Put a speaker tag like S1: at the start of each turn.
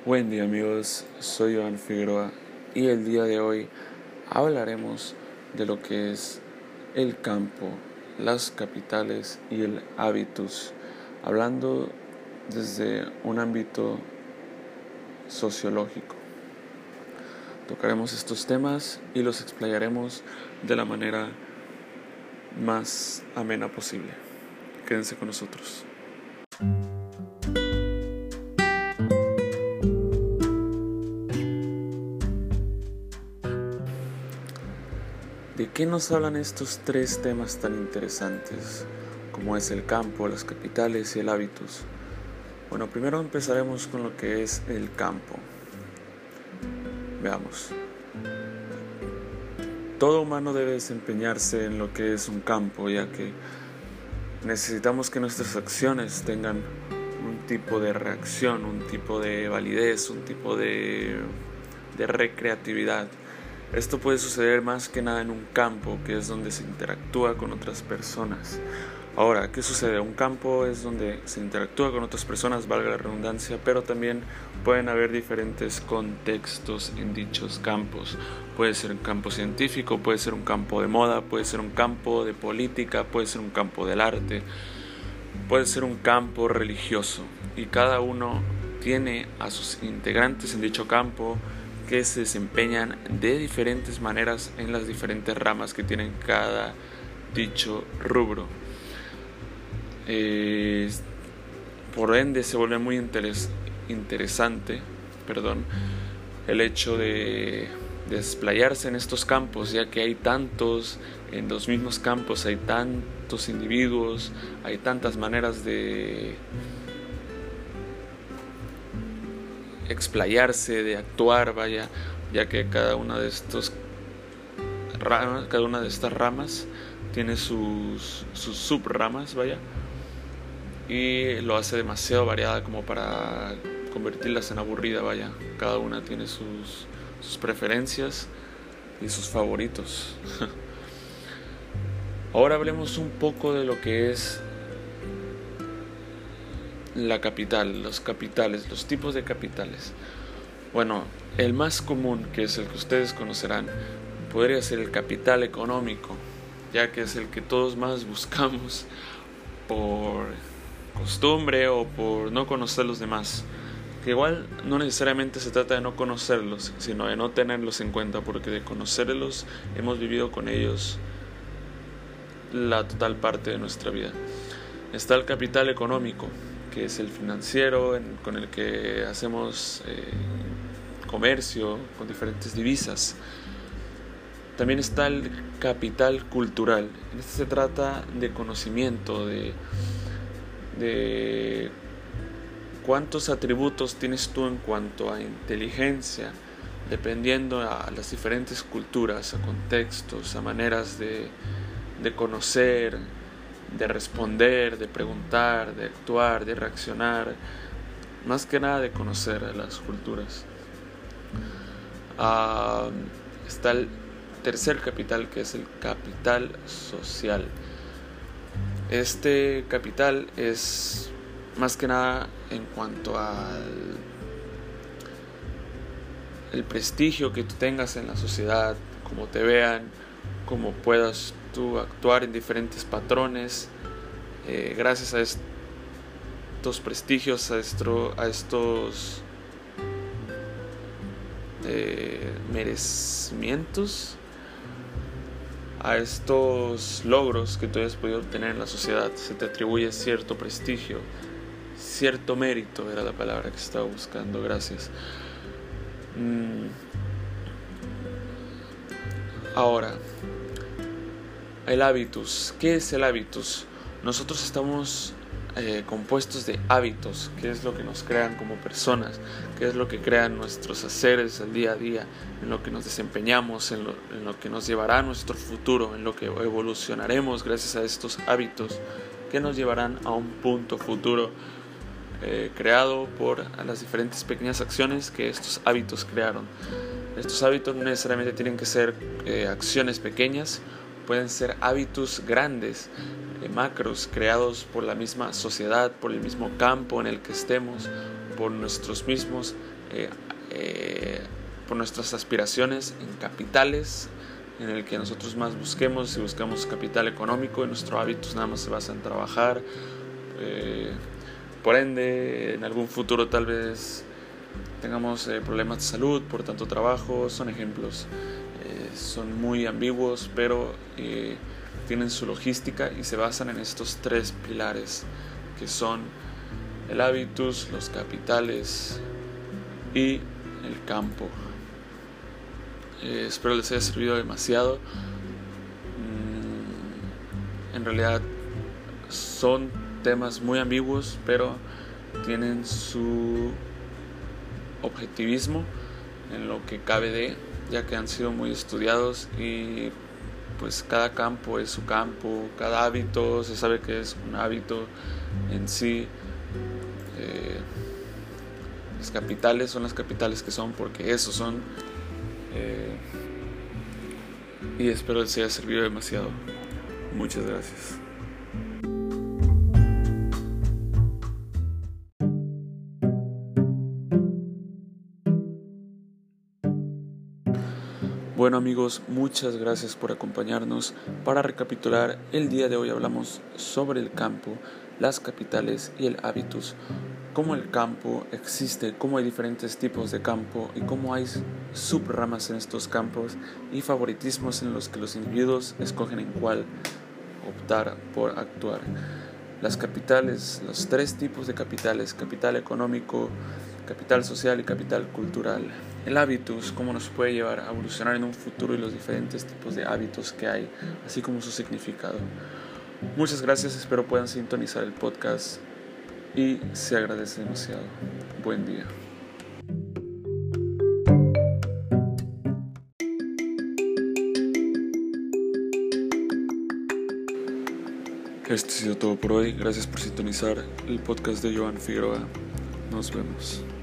S1: Buen día amigos, soy Iván Figueroa y el día de hoy hablaremos de lo que es el campo, las capitales y el hábitus, hablando desde un ámbito sociológico. Tocaremos estos temas y los explayaremos de la manera más amena posible. Quédense con nosotros. ¿De qué nos hablan estos tres temas tan interesantes, como es el campo, las capitales y el hábitus? Bueno, primero empezaremos con lo que es el campo. Veamos. Todo humano debe desempeñarse en lo que es un campo, ya que necesitamos que nuestras acciones tengan un tipo de reacción, un tipo de validez, un tipo de recreatividad. Esto puede suceder más que nada en un campo, que es donde se interactúa con otras personas. Ahora, ¿qué sucede? Un campo es donde se interactúa con otras personas, valga la redundancia, pero también pueden haber diferentes contextos en dichos campos. Puede ser un campo científico, puede ser un campo de moda, puede ser un campo de política, puede ser un campo del arte, puede ser un campo religioso. Y cada uno tiene a sus integrantes en dicho campo que se desempeñan de diferentes maneras en las diferentes ramas que tienen cada dicho rubro. Por ende se vuelve muy interesante el hecho de desplayarse en estos campos, ya que hay tantos, en los mismos campos hay tantos individuos, hay tantas maneras de explayarse, de actuar, ya que cada una de estas ramas tiene sus subramas, y lo hace demasiado variada como para convertirlas en aburrida, cada una tiene sus preferencias y sus favoritos. Ahora hablemos un poco de lo que es la capital, los capitales, los tipos de capitales. Bueno, el más común, que es el que ustedes conocerán, podría ser el capital económico, ya que es el que todos más buscamos por costumbre o por no conocer los demás. Que igual no necesariamente se trata de no conocerlos, sino de no tenerlos en cuenta, porque de conocerlos hemos vivido con ellos la total parte de nuestra vida. Está el capital económico, que es el financiero, con el que hacemos comercio con diferentes divisas. También está el capital cultural. En este se trata de conocimiento, de cuántos atributos tienes tú en cuanto a inteligencia, dependiendo a las diferentes culturas, a contextos, a maneras de conocer, de responder, de preguntar, de actuar, de reaccionar, más que nada de conocer a las culturas. Está el tercer capital, que es el capital social. Este capital es más que nada en cuanto al el prestigio que tú tengas en la sociedad, cómo te vean, cómo puedas tú actuar en diferentes patrones, gracias a estos prestigios, a estos merecimientos, a estos logros que tú hayas podido obtener en la sociedad, se te atribuye cierto prestigio, cierto mérito, era la palabra que estaba buscando, gracias. Ahora, el hábitus. ¿Qué es el hábitus? Nosotros estamos compuestos de hábitos, que es lo que nos crean como personas, que es lo que crean nuestros haceres al día a día, en lo que nos desempeñamos, en lo que nos llevará a nuestro futuro, en lo que evolucionaremos gracias a estos hábitos que nos llevarán a un punto futuro creado por las diferentes pequeñas acciones que estos hábitos crearon. Estos hábitos no necesariamente tienen que ser acciones pequeñas, pueden ser hábitos grandes, macros, creados por la misma sociedad, por el mismo campo en el que estemos, por nuestros mismos por nuestras aspiraciones en capitales, en el que nosotros más busquemos. Si buscamos capital económico, nuestros hábitos nada más se basan en trabajar, por ende en algún futuro tal vez tengamos problemas de salud por tanto trabajo. Son ejemplos, son muy ambiguos, pero tienen su logística y se basan en estos tres pilares que son el hábitus, los capitales y el campo. Espero les haya servido demasiado. En realidad son temas muy ambiguos, pero tienen su objetivismo en lo que cabe de, ya que han sido muy estudiados, y pues cada campo es su campo, cada hábito se sabe que es un hábito en sí. Las capitales son las capitales que son porque eso son, y espero les haya servido demasiado. Muchas gracias. Bueno amigos, muchas gracias por acompañarnos. Para recapitular, el día de hoy hablamos sobre el campo, las capitales y el hábitus. Cómo el campo existe, cómo hay diferentes tipos de campo y cómo hay subramas en estos campos y favoritismos en los que los individuos escogen en cuál optar por actuar. Las capitales, los tres tipos de capitales: capital económico, capital social y capital cultural. El hábitus, cómo nos puede llevar a evolucionar en un futuro y los diferentes tipos de hábitos que hay, así como su significado. Muchas gracias, espero puedan sintonizar el podcast y se agradece demasiado. Buen día. Esto ha sido todo por hoy. Gracias por sintonizar el podcast de Joan Figueroa. Nos vemos.